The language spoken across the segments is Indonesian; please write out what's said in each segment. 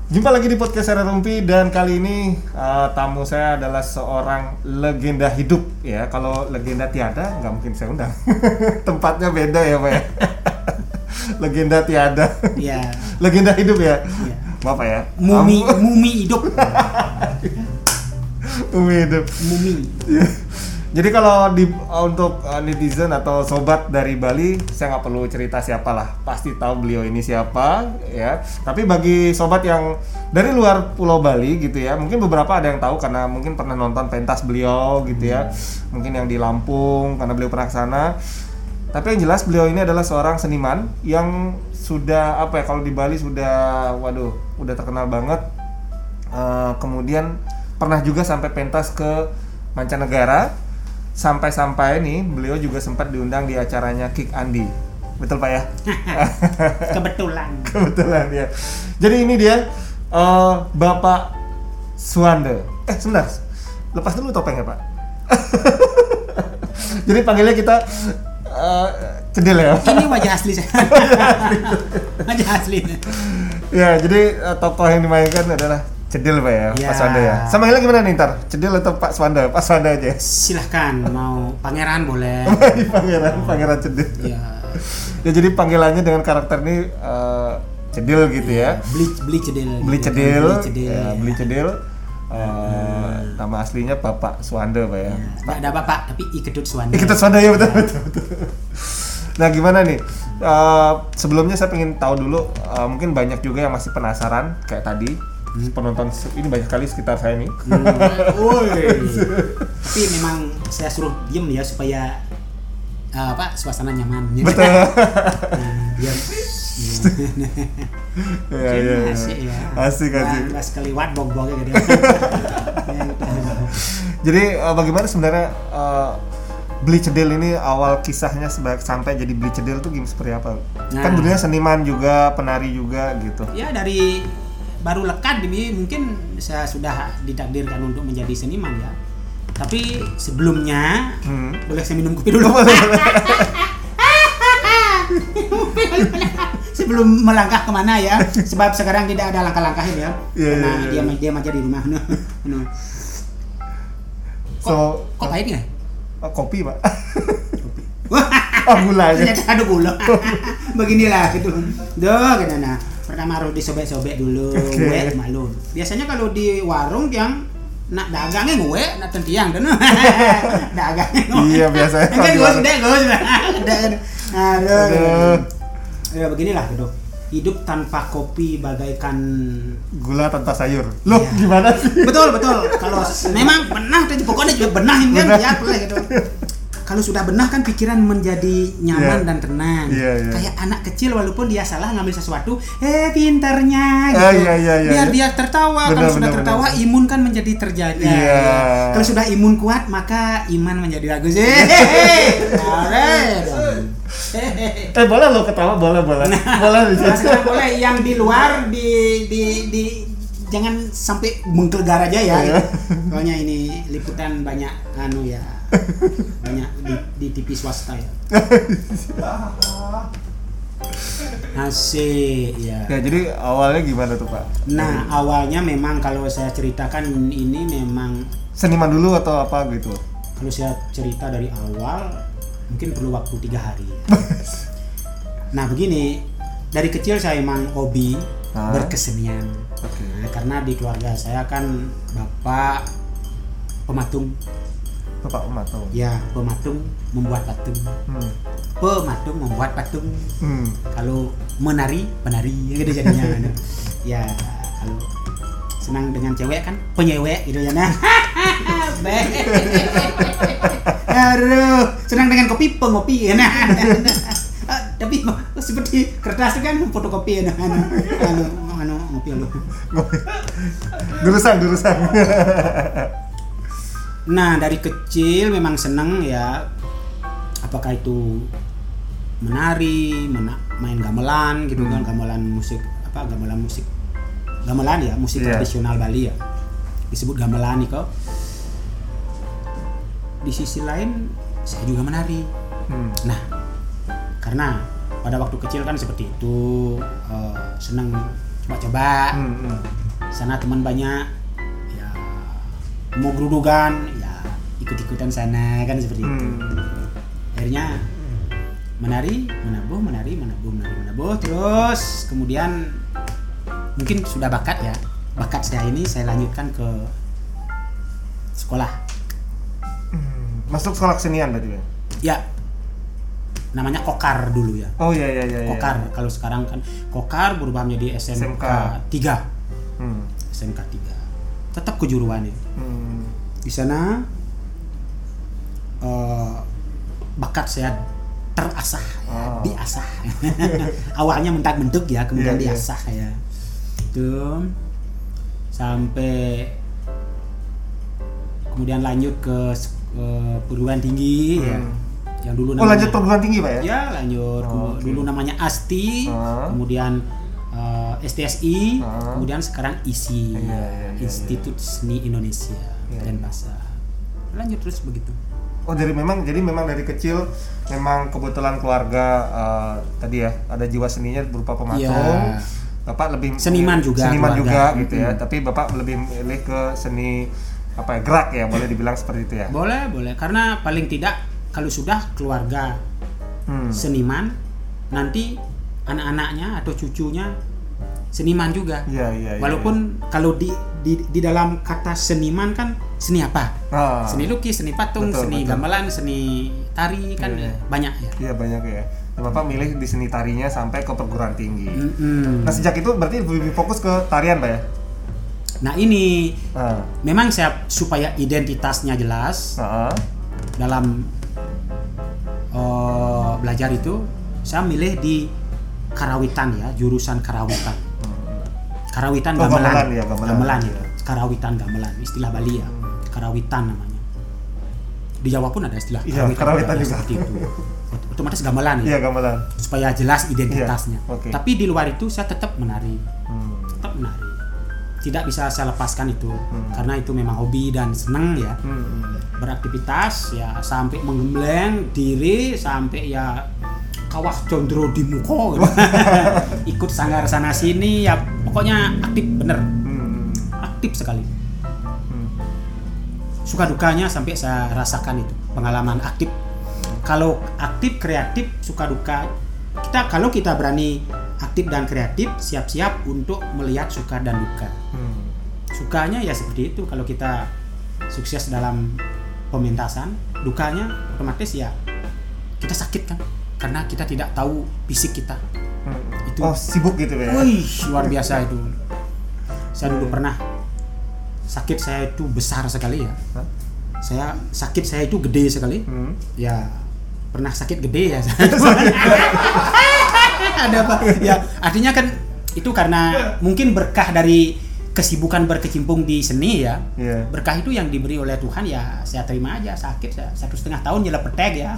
Jumpa lagi di podcast Sare Rumpi dan kali ini tamu saya adalah seorang legenda hidup ya. Kalau legenda tiada nggak mungkin saya undang. Tempatnya beda ya Pak ya. Legenda tiada. Iya. Legenda hidup ya. Iya. Maaf ya. Mumi hidup. Mumi hidup. Mumi. Jadi kalau untuk netizen atau sobat dari Bali, saya nggak perlu cerita siapalah, pasti tahu beliau ini siapa ya. Tapi bagi sobat yang dari luar Pulau Bali gitu ya, mungkin beberapa ada yang tahu karena mungkin pernah nonton pentas beliau gitu ya. Mungkin yang di Lampung karena beliau pernah ke sana. Tapi yang jelas beliau ini adalah seorang seniman yang sudah kalau di Bali sudah udah terkenal banget. Kemudian pernah juga sampai pentas ke mancanegara. Sampai-sampai nih beliau juga sempat diundang di acaranya Kick Andi. Betul Pak ya? Kebetulan ya. Jadi ini dia Bapak Suwanda. Sebentar. Lepas dulu topengnya Pak. Jadi panggilnya kita Cedil ya. Ini wajah asli saya. Wajah asli. Ya, jadi tokoh yang dimainkan adalah Cedil Pak ya, Pak Suwanda ya. Sama Hila gimana nih ntar? Cedil atau Pak Suwanda? Pak Suwanda aja. Silahkan, mau pangeran boleh. Pangeran Cedil. Iya. Ya jadi panggilannya dengan karakter ini Cedil gitu ya. Beli Cedil. Ya, Beli Cedil. Nama aslinya Bapak Suwanda Pak ya. Tidak ada Bapak, tapi Ikedut Suwanda. Ikedut Suwanda ya betul. Nah gimana nih? Sebelumnya saya pengen tahu dulu, mungkin banyak juga yang masih penasaran kayak tadi. Penonton ini banyak kali sekitar saya nih. Tapi memang saya suruh diem ya supaya suasana nyaman. Betul. Biar asik. Pas keliwat bog-bognya gitu. Jadi bagaimana sebenarnya Beli Cedil ini awal kisahnya sampai jadi Beli Cedil tuh gimana, seperti apa? Kan dulunya seniman juga, penari juga gitu. Ya dari baru lekat ini mungkin saya sudah ditakdirkan untuk menjadi seniman ya. Tapi sebelumnya boleh saya minum kopi dulu? Sebelum melangkah kemana ya, sebab sekarang tidak ada langkah-langkahnya ya. Karena dia aja di rumah. Kok pahit ya? Kopi Pak. Gula aja. Ternyata ada gula. Beginilah gitu. Gimana? Pertama harus disobek-sobek dulu, gue maklum. Biasanya kalau di warung yang nak dagangnya gue, nak tentiang dan dagangnya gue. Iya biasanya. Kan gue sudah. Aduh. Ya beginilah gitu. Hidup tanpa kopi bagaikan gula tanpa sayur. Loh, gimana sih? Betul. Kalau memang benah, pokoknya juga benahin kan, ya boleh gitu. Kalau sudah benah kan pikiran menjadi nyaman dan tenang. Kayak anak kecil walaupun dia salah ngambil sesuatu, pintarnya gitu. Biar dia tertawa. Kalau sudah tertawa imun kan menjadi terjaga. Kalau sudah imun kuat maka iman menjadi bagus. Boleh lo ketawa, boleh. Boleh. Boleh yang di luar di jangan sampai menggelegar aja ya. Soalnya ini liputan banyak banyak di TV swasta ya. Asik ya. Ya jadi awalnya gimana tuh Pak? Nah awalnya memang kalau saya ceritakan ini memang seniman dulu atau apa gitu? Kalau saya cerita dari awal mungkin perlu waktu 3 hari. Nah begini, dari kecil saya emang hobi berkesenian. Nah, karena di keluarga saya kan bapak pematung. Ya, pematung membuat patung. Pematung membuat patung. Kalau penari gitu jadinya. Ya, kalau senang dengan cewek kan penyewek gitu ya. Aduh, senang dengan kopi pengopi. Tapi seperti kertas kan fotokopi ngopi lu. Durusan. Nah dari kecil memang seneng ya, apakah itu menari, main gamelan gitu kan, gamelan ya, musik tradisional Bali ya, disebut gamelan nih kok. Di sisi lain saya juga menari. Nah karena pada waktu kecil kan seperti itu, senang coba-coba. Sana teman banyak, ya mau gerudukan, ya ikut-ikutan sana kan seperti itu. Akhirnya menari, menabuh, terus kemudian mungkin sudah bakat saya ini saya lanjutkan ke sekolah. Masuk sekolah kesenian berarti ya? Ya, namanya Kokar dulu ya. Oh iya. Kokar, kalau sekarang kan Kokar berubah menjadi SMK 3. SMK 3. Tetap kejuruan itu. Di sana bakat saya terasah, diasah. Awalnya mentak-mentuk ya, kemudian diasah ya. Itu sampai kemudian lanjut ke perguruan tinggi ya. Yang dulu namanya, lanjut perguruan tinggi Pak ya? Ya lanjut. Dulu namanya ASTI, kemudian STSI, kemudian sekarang ISI, Institut Seni Indonesia dan Bahasa. Lanjut terus begitu. Jadi memang dari kecil memang kebetulan keluarga tadi ya ada jiwa seninya berupa pematung. Bapak lebih seniman juga gitu ya. Tapi Bapak lebih milih ke seni gerak ya, boleh dibilang seperti itu ya. Boleh karena paling tidak kalau sudah keluarga seniman, nanti anak-anaknya atau cucunya seniman juga. Walaupun kalau di dalam kata seniman kan seni apa? Seni lukis, seni patung, seni gamelan, seni tari kan banyak ya. Iya banyak ya. Dan Bapak milih di seni tarinya sampai ke perguruan tinggi. Nah sejak itu berarti lebih fokus ke tarian Pak ya? Nah ini memang saya supaya identitasnya jelas dalam belajar itu saya milih di Karawitan ya, jurusan Karawitan. Karawitan gamelan ya. Karawitan gamelan, istilah Bali ya. Karawitan namanya. Di Jawa pun ada istilah Karawitan juga seperti itu. Otomatis gamelan ya. Iya, gamelan. Supaya jelas identitasnya. Okay. Tapi di luar itu saya tetap menari. Tetap menari. Tidak bisa saya lepaskan itu karena itu memang hobi dan senang ya. Beraktivitas ya sampai menggembleng diri sampai ya kawah condro di muko gitu. Ikut sanggar sana sini ya pokoknya aktif bener. Aktif sekali. Suka dukanya sampai saya rasakan itu pengalaman aktif. Kalau aktif kreatif suka duka kalau kita berani aktif dan kreatif siap-siap untuk melihat suka dan duka. Sukanya ya seperti itu kalau kita sukses dalam pementasan, dukanya otomatis ya kita sakit kan karena kita tidak tahu fisik kita. Itu sibuk gitu ya. Wih, luar biasa itu. Saya dulu pernah sakit saya itu besar sekali ya. Sakit saya itu gede sekali. Ya pernah sakit gede ya. Ada apa? Ya artinya kan itu karena mungkin berkah dari kesibukan berkecimpung di seni ya. Berkah itu yang diberi oleh Tuhan ya saya terima aja. Sakit 1,5 tahun jelas petek ya.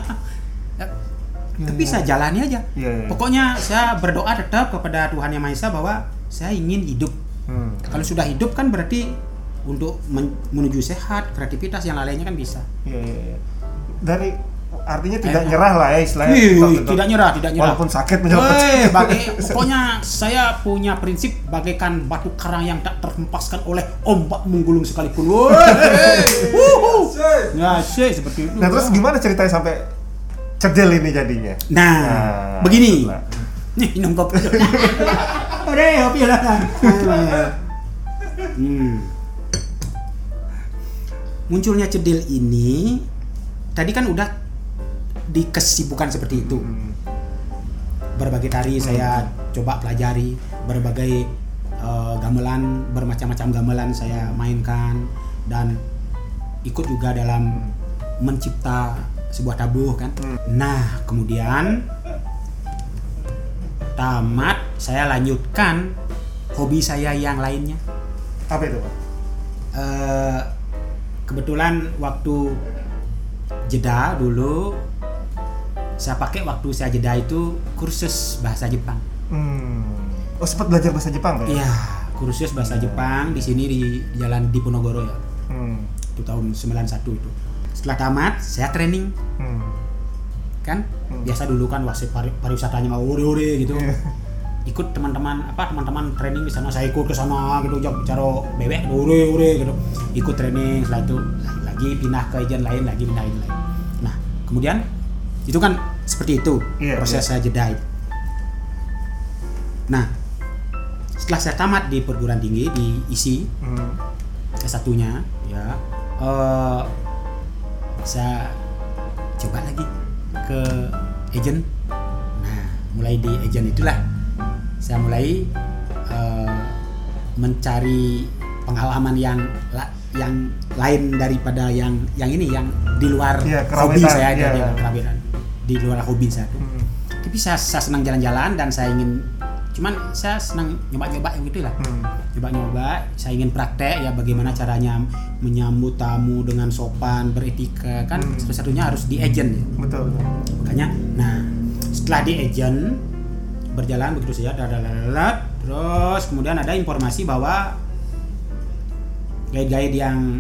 Tapi saya jalani aja. Pokoknya saya berdoa tetap kepada Tuhan Yang Maha Esa bahwa saya ingin hidup. Kalau sudah hidup kan berarti untuk menuju sehat, kreativitas yang lainnya kan bisa. Dari artinya tidak nyerah lah ya istilahnya. Tidak nyerah. Walaupun sakit menyerah. Pokoknya saya punya prinsip bagaikan batu karang yang tak terhempaskan oleh ombak menggulung sekalipun. Seperti itu. Nah terus gimana ceritanya sampai cedil ini jadinya? Nah begini. Nih minum kopi. Kopi lah. Munculnya cedil ini tadi kan udah di kesibukan seperti itu. Berbagai tari saya coba pelajari, berbagai gamelan, bermacam-macam gamelan saya mainkan dan ikut juga dalam mencipta sebuah tabuh kan. Nah kemudian tamat saya lanjutkan hobi saya yang lainnya. Apa itu Pak? Kebetulan waktu jeda dulu saya pakai waktu saya jeda itu kursus bahasa Jepang. Sempat belajar bahasa Jepang Pak? Iya, kursus bahasa Jepang di sini di Jalan Diponegoro ya. Itu tahun 91 itu. Setelah tamat saya training. Kan biasa dulu kan wasit pariwisatanya mau ore-ore gitu. ikut teman-teman training di sana, saya ikut ke sana gitu, caro bebek ure gitu, ikut training. Setelah itu lagi pindah ke agent lain, nah kemudian itu kan seperti itu proses saya jeda itu. Nah setelah saya tamat di perguruan tinggi di ISI S1-nya ya, saya coba lagi ke agent. Nah mulai di agent itulah saya mulai mencari pengalaman yang lain daripada yang ini, yang di luar hobi saya, di luar hobi saya tuh. Tapi saya senang jalan-jalan dan saya senang nyoba-nyoba yang gitu lah. Nyoba-nyoba, saya ingin praktek ya bagaimana caranya menyambut tamu dengan sopan, beretika kan, satu-satunya harus di agent ya. Betul. Makanya, nah setelah di agent berjalan begitu saja, terus kemudian ada informasi bahwa guide-guide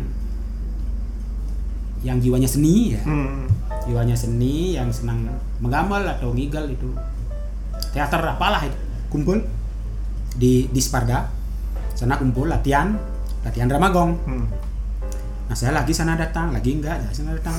yang jiwanya seni ya, jiwanya seni yang senang menggambar atau ngigel itu, teater apalah itu, kumpul di Sparda sana, kumpul latihan drama gong. Nah saya lagi sana datang, lagi enggak ya sana datang.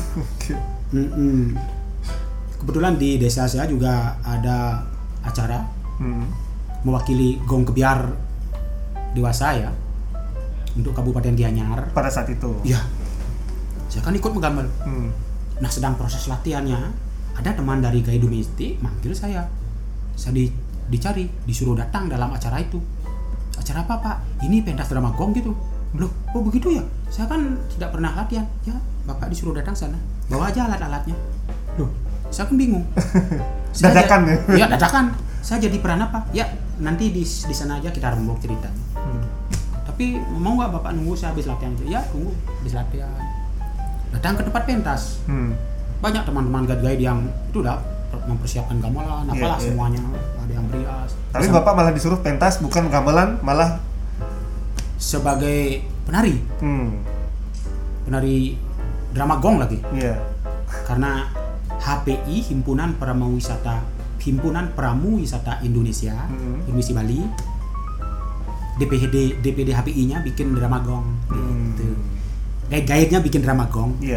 Kebetulan di desa saya juga ada acara mewakili gong kebiar dewasa ya untuk Kabupaten Gianyar pada saat itu. Ya, saya kan ikut menggambar. Nah sedang proses latihannya, ada teman dari gaya domestik manggil saya disuruh datang dalam acara itu. Acara apa Pak? Ini pentas drama gong gitu. Loh, oh begitu ya? Saya kan tidak pernah latihan. Ya, Bapak disuruh datang sana. Bawa aja alat-alatnya. Loh, saya kan bingung. Dadakan ya? Ya, dadakan. Saya jadi peran apa? Ya, nanti di sana aja kita rembuk ceritanya. Tapi mau nggak Bapak nunggu saya habis latihan? Ya, tunggu habis latihan. Datang ke tempat pentas. Banyak teman-teman guide-guide yang itu udah mempersiapkan gamelan, apalah semuanya, ada yang berias. Tapi Bapak malah disuruh pentas, bukan gamelan, malah sebagai penari. Penari drama gong lagi. Karena HPI, Himpunan Pramuwisata Indonesia, Provinsi Bali, DPD HPI-nya bikin drama gong gitu. Guide-nya bikin drama gong. Iya.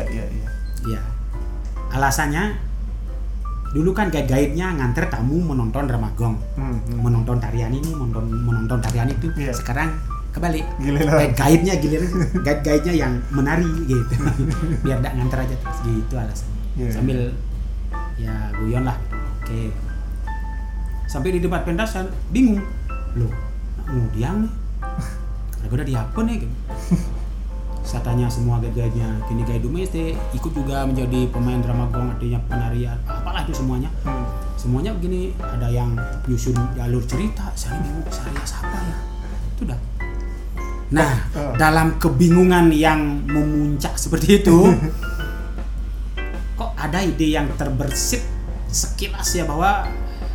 Alasannya dulu kan guide-nya nganter tamu menonton drama gong, menonton tarian ini, menonton tarian itu. Sekarang kebalik, guide-nya yang menari gitu, biar tidak nganter aja terus gitu alasannya. Sambil ya guyon lah. Oke. Sampai di tempat pentas saya bingung, loh, ngudiang nih, udah di apa nih? Gitu. Saya tanya semua guide-nya, kini guide domestik ikut juga menjadi pemain drama gong, artinya penarian, apalah itu semuanya. Semuanya begini, ada yang nyusun jalur cerita, saya bingung, saya siapa ya? Itu dah. Nah, dalam kebingungan yang memuncak seperti itu, kok ada ide yang terbersit sekilas ya bahwa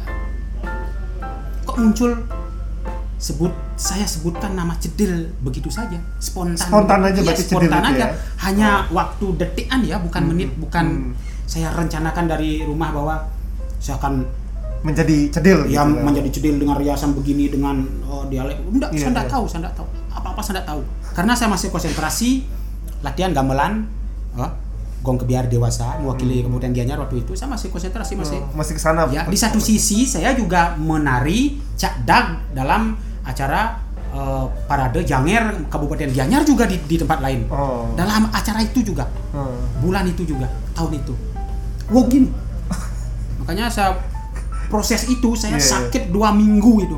kok muncul saya sebutkan nama Cedil begitu saja, spontan aja, berarti Cedil aja. Hanya waktu detikan ya, bukan menit, bukan saya rencanakan dari rumah bahwa saya akan menjadi Cedil ya, gitu, menjadi Cedil dengan riasan begini, dengan dialek. Saya enggak tahu apa-apa, saya enggak tahu, karena saya masih konsentrasi latihan gamelan gong kebiar dewasa mewakili Kabupaten Gianyar. Waktu itu saya masih konsentrasi, masih kesana ya. Di satu sisi saya juga menari cakdag dalam acara parade Janger Kabupaten Gianyar juga di tempat lain. Dalam acara itu juga, bulan itu juga, tahun itu. Wow gini. Makanya proses itu saya sakit 2 minggu itu.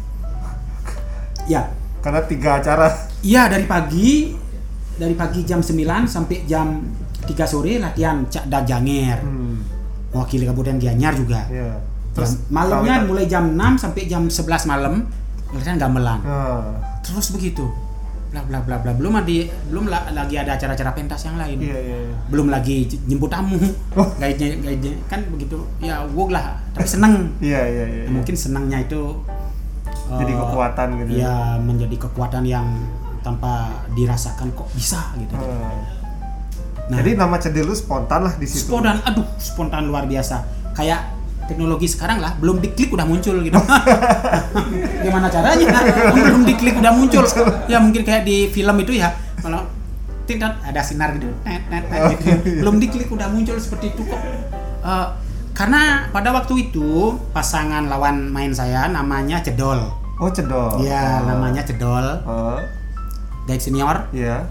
Ya. Karena 3 acara. Iya, dari pagi jam 9 sampai jam 3 sore latihan cakdag Janger. Mewakili Kabupaten Gianyar juga. Terus malamnya mulai jam 6 sampai jam 11 malam latihan gamelan. Terus begitu. Bla bla bla bla. Belum lagi ada acara-acara pentas yang lain. Belum lagi jemput tamu. Guide-nya kan begitu. Ya wog lah, tapi seneng. Mungkin senangnya itu jadi kekuatan gitu. Ya, menjadi kekuatan yang tanpa dirasakan kok bisa gitu. Nah, jadi nama Cedil lu spontan lah di situ. Spontan luar biasa. Kayak teknologi sekarang lah, belum diklik udah muncul gitu. Gimana caranya? Belum diklik udah muncul. Ya mungkin kayak di film itu ya, kalau tidak ada sinar gitu, gitu. Belum diklik udah muncul seperti itu kok. Karena pada waktu itu pasangan lawan main saya namanya Cedol. Oh, Cedol. Iya, namanya Cedol. Guide senior. Iya.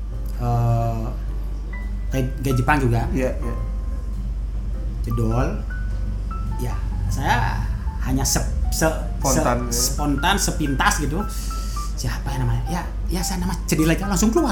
Guide Jepang juga. Iya, iya. Cedol. Ya, saya hanya spontan sepintas gitu. Siapa ya namanya? Ya saya nama Cedil aja, langsung keluar.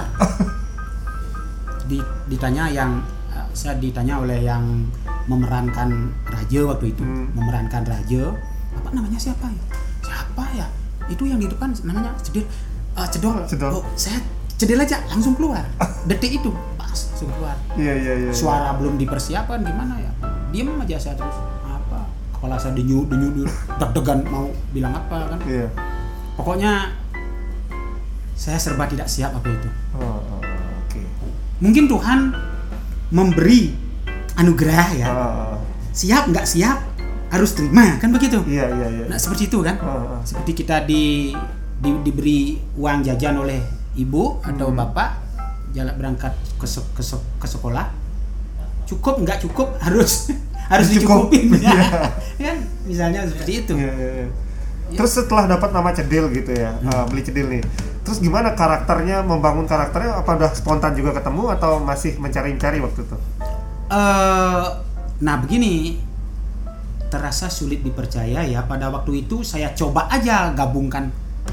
Saya ditanya oleh yang memerankan Raja waktu itu. Memerankan Raja. Apa namanya siapa ya? Itu yang di depan namanya Cedil. Cedol. Oh, saya Cedil aja, langsung keluar. Detik itu pas langsung keluar. Iya. Suara belum dipersiapkan gimana ya? Diem aja saya terus. Apa? Kepala saya denyu deg-degan mau bilang apa kan? Iya. Pokoknya saya serba tidak siap waktu itu. Oke. Mungkin Tuhan memberi anugerah ya. Siap nggak siap harus terima kan begitu. Iya. Nah seperti itu kan. Seperti kita diberi uang jajan oleh ibu atau bapak jalan berangkat ke sekolah. Cukup nggak cukup harus dicukupin ya. Kan misalnya seperti itu. Iya. Terus setelah dapat nama Cedil gitu ya, beli Cedil nih. Terus gimana karakternya, membangun karakternya? Apa udah spontan juga ketemu atau masih mencari-cari waktu itu? Nah begini, terasa sulit dipercaya ya. Pada waktu itu saya coba gabungkan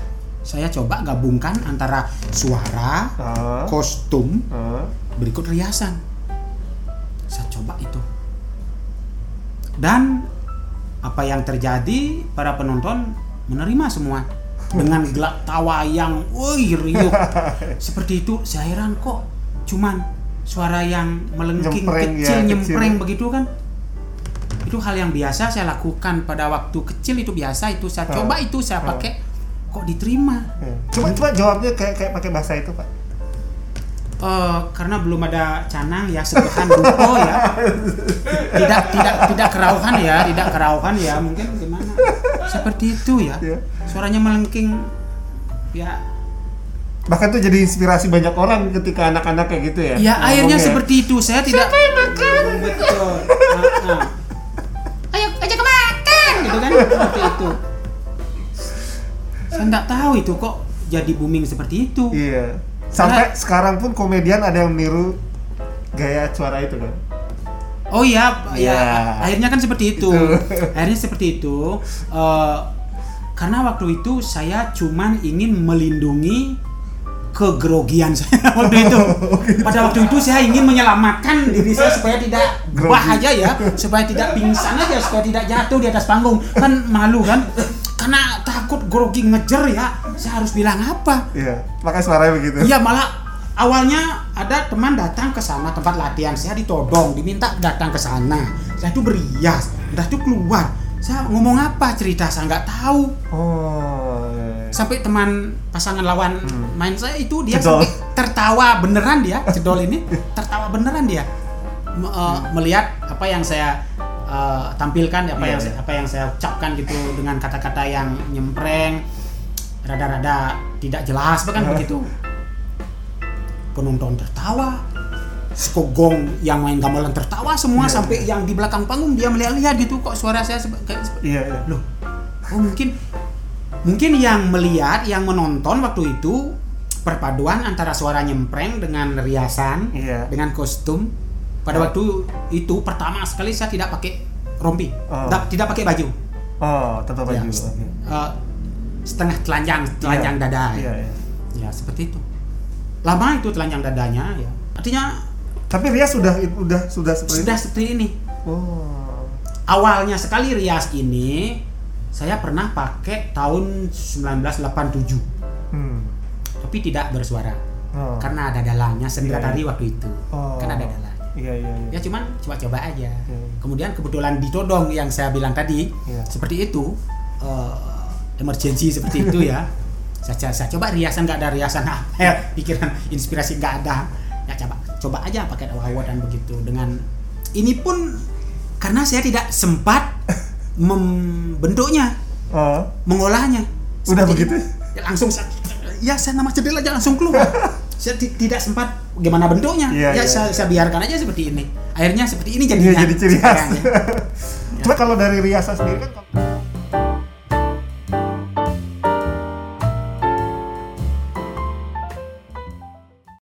antara suara, kostum, berikut riasan. Saya coba itu. Dan apa yang terjadi, para penonton menerima semua dengan gelak tawa yang riuh. Seperti itu. Saya heran kok cuman suara yang melengking kecil nyempreng begitu kan. Itu hal yang biasa saya lakukan pada waktu kecil, itu biasa, itu saya coba, itu saya pakai, kok diterima. Coba jawabnya kayak pakai bahasa itu, Pak. Karena belum ada canang ya, sebehan duko ya. Tidak kerauhan ya, mungkin gimana. Seperti itu ya. Suaranya melengking ya. Bahkan tuh jadi inspirasi banyak orang ketika anak-anak kayak gitu ya. Ya akhirnya seperti itu. Saya tidak. Siapa yang makan? Betul. Ayo ajak makan gitu kan, seperti itu. Saya nggak tahu itu kok jadi booming seperti itu. Iya. Sampai sekarang pun komedian ada yang niru gaya suara itu kan. Oh iya, ya. Akhirnya kan seperti itu. Karena waktu itu saya cuman ingin melindungi kegrogian saya waktu itu. Pada waktu itu saya ingin menyelamatkan diri saya supaya tidak aja ya, supaya tidak pingsan aja, supaya tidak jatuh di atas panggung. Kan malu kan? Karena takut grogi ngejer ya, saya harus bilang apa? Iya, makanya suaranya begitu. Iya, malah awalnya ada teman datang ke sana tempat latihan, saya ditodong, diminta datang ke sana. Saya itu berias, udah itu keluar. Saya ngomong apa cerita saya nggak tahu. Sampai teman pasangan lawan main saya itu dia sampai tertawa beneran dia, Cedol ini tertawa beneran dia melihat apa yang saya tampilkan, apa yang saya ucapkan gitu dengan kata-kata yang nyempreng, rada-rada tidak jelas bahkan begitu. Penonton tertawa, sekogong yang main gamelan tertawa semua, sampai yang di belakang panggung dia melihat-lihat gitu, kok suara saya kayak loh. Oh mungkin yang melihat, yang menonton waktu itu perpaduan antara suara nyempreng dengan riasan, dengan kostum. Pada waktu itu pertama sekali saya tidak pakai rompi, tidak pakai baju. Tanpa baju. Setengah telanjang dada. Ya seperti itu. Lama itu telanjang dadanya ya. Artinya. Tapi rias sudah seperti ini. Awalnya sekali rias ini saya pernah pakai tahun 1987. Tapi tidak bersuara. Karena ada dalangnya sendiri tadi waktu itu. Karena ada dalang. Ya cuman coba-coba aja. Kemudian kebetulan ditodong yang saya bilang tadi, seperti itu, emergency seperti itu ya. Saya coba riasan, nggak ada riasan pikiran inspirasi nggak ada. Ya coba aja pakai wawa dan begitu. Dengan ini pun karena saya tidak sempat membentuknya, mengolahnya. Udah begitu? Ya langsung saya nama cedil aja langsung keluar. Saya tidak sempat gimana bentuknya. Saya biarkan aja seperti ini. Akhirnya seperti ini jadinya. Jadi ciri khas. Cuma kalau dari riasan sendiri kan